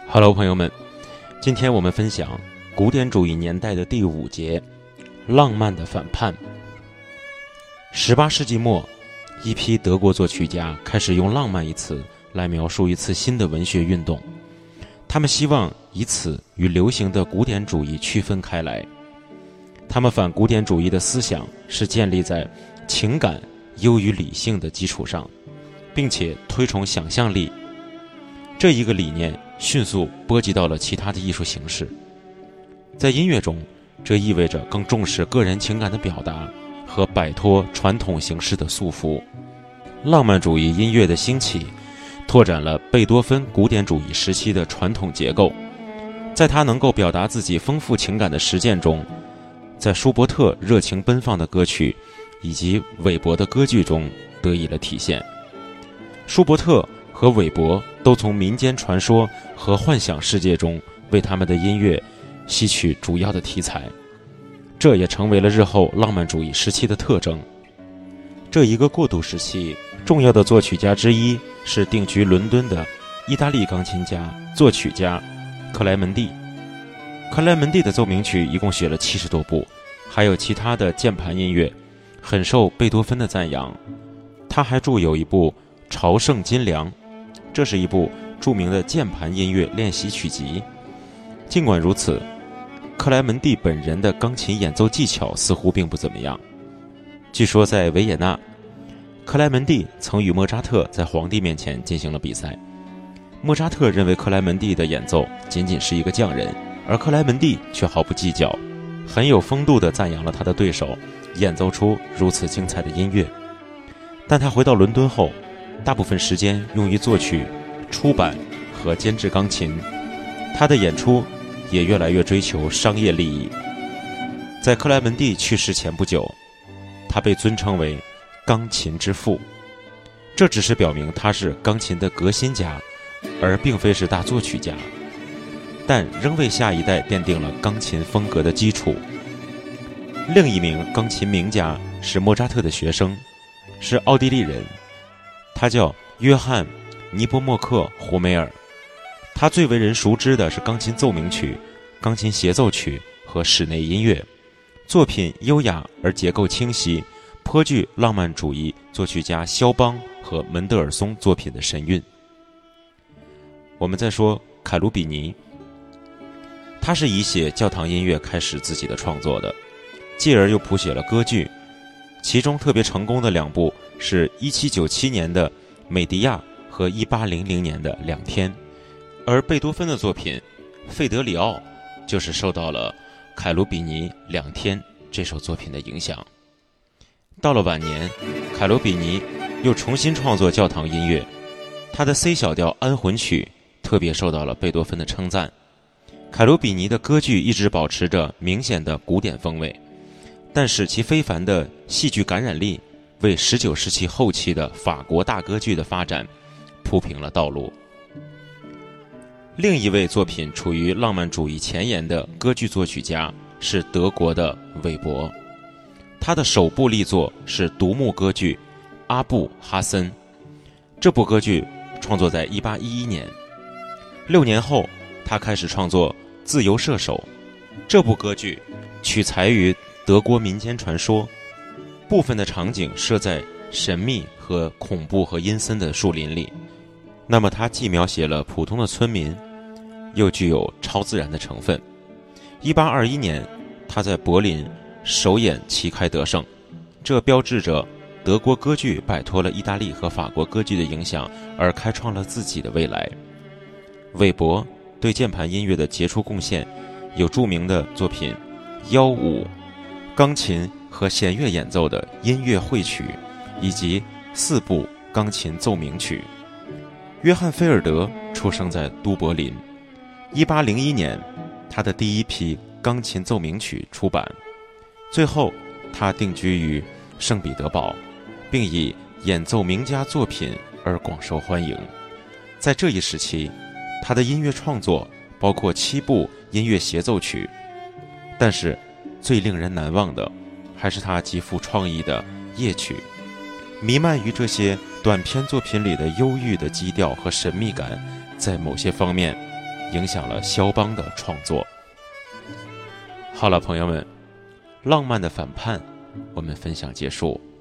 Hello， 朋友们，今天我们分享古典主义年代的第5节，浪漫的反叛。18世纪末，一批德国作曲家开始用浪漫一词来描述一次新的文学运动，他们希望以此与流行的古典主义区分开来。他们反古典主义的思想是建立在情感优于理性的基础上，并且推崇想象力。这一个理念迅速波及到了其他的艺术形式。在音乐中，这意味着更重视个人情感的表达和摆脱传统形式的束缚。浪漫主义音乐的兴起拓展了贝多芬古典主义时期的传统结构，在他能够表达自己丰富情感的实践中，在舒伯特热情奔放的歌曲以及韦伯的歌剧中得以了体现。舒伯特和韦伯都从民间传说和幻想世界中为他们的音乐吸取主要的题材，这也成为了日后浪漫主义时期的特征。这一个过渡时期，重要的作曲家之一是定居伦敦的意大利钢琴家、作曲家克莱门蒂。克莱门蒂的奏鸣曲一共写了70多部，还有其他的键盘音乐，很受贝多芬的赞扬。他还著有一部《朝圣金良》，这是一部著名的键盘音乐练习曲集。尽管如此，克莱门蒂本人的钢琴演奏技巧似乎并不怎么样。据说在维也纳，克莱门蒂曾与莫扎特在皇帝面前进行了比赛。莫扎特认为克莱门蒂的演奏仅仅是一个匠人，而克莱门蒂却毫不计较，很有风度地赞扬了他的对手演奏出如此精彩的音乐。但他回到伦敦后，大部分时间用于作曲、出版和监制钢琴，他的演出也越来越追求商业利益。在克莱门蒂去世前不久，他被尊称为钢琴之父，这只是表明他是钢琴的革新家，而并非是大作曲家，但仍为下一代奠定了钢琴风格的基础。另一名钢琴名家是莫扎特的学生，是奥地利人，他叫约翰·尼波莫克·胡梅尔。他最为人熟知的是钢琴奏鸣曲、钢琴协奏曲和室内音乐，作品优雅而结构清晰，颇具浪漫主义作曲家肖邦和门德尔松作品的神韵。我们再说凯鲁比尼，他是以写教堂音乐开始自己的创作的，继而又谱写了歌剧，其中特别成功的2部是1797年的《美迪亚》和1800年的《2天》，而贝多芬的作品《费德里奥》就是受到了凯鲁比尼《2天》这首作品的影响。到了晚年，凯鲁比尼又重新创作教堂音乐，他的 C 小调安魂曲特别受到了贝多芬的称赞。凯鲁比尼的歌剧一直保持着明显的古典风味，但是其非凡的戏剧感染力为19世纪后期的法国大歌剧的发展铺平了道路。另一位作品处于浪漫主义前沿的歌剧作曲家是德国的韦伯，他的首部力作是独幕歌剧《阿布哈森》。这部歌剧创作在1811年，6年后他开始创作《自由射手》。这部歌剧取材于德国民间传说，部分的场景设在神秘和恐怖和阴森的树林里。那么他既描写了普通的村民，又具有超自然的成分。1821年他在柏林首演旗开得胜，这标志着德国歌剧摆脱了意大利和法国歌剧的影响，而开创了自己的未来。韦伯对键盘音乐的杰出贡献有著名的作品《15》，钢琴和弦乐演奏的音乐会曲，以及4部钢琴奏鸣曲。约翰·菲尔德出生在都柏林，1801年他的第一批钢琴奏鸣曲出版，最后他定居于圣彼得堡，并以演奏名家作品而广受欢迎。在这一时期，他的音乐创作包括7部音乐协奏曲，但是最令人难忘的还是他极富创意的夜曲。弥漫于这些短篇作品里的忧郁的基调和神秘感，在某些方面影响了肖邦的创作。好了，朋友们，浪漫的反叛我们分享结束。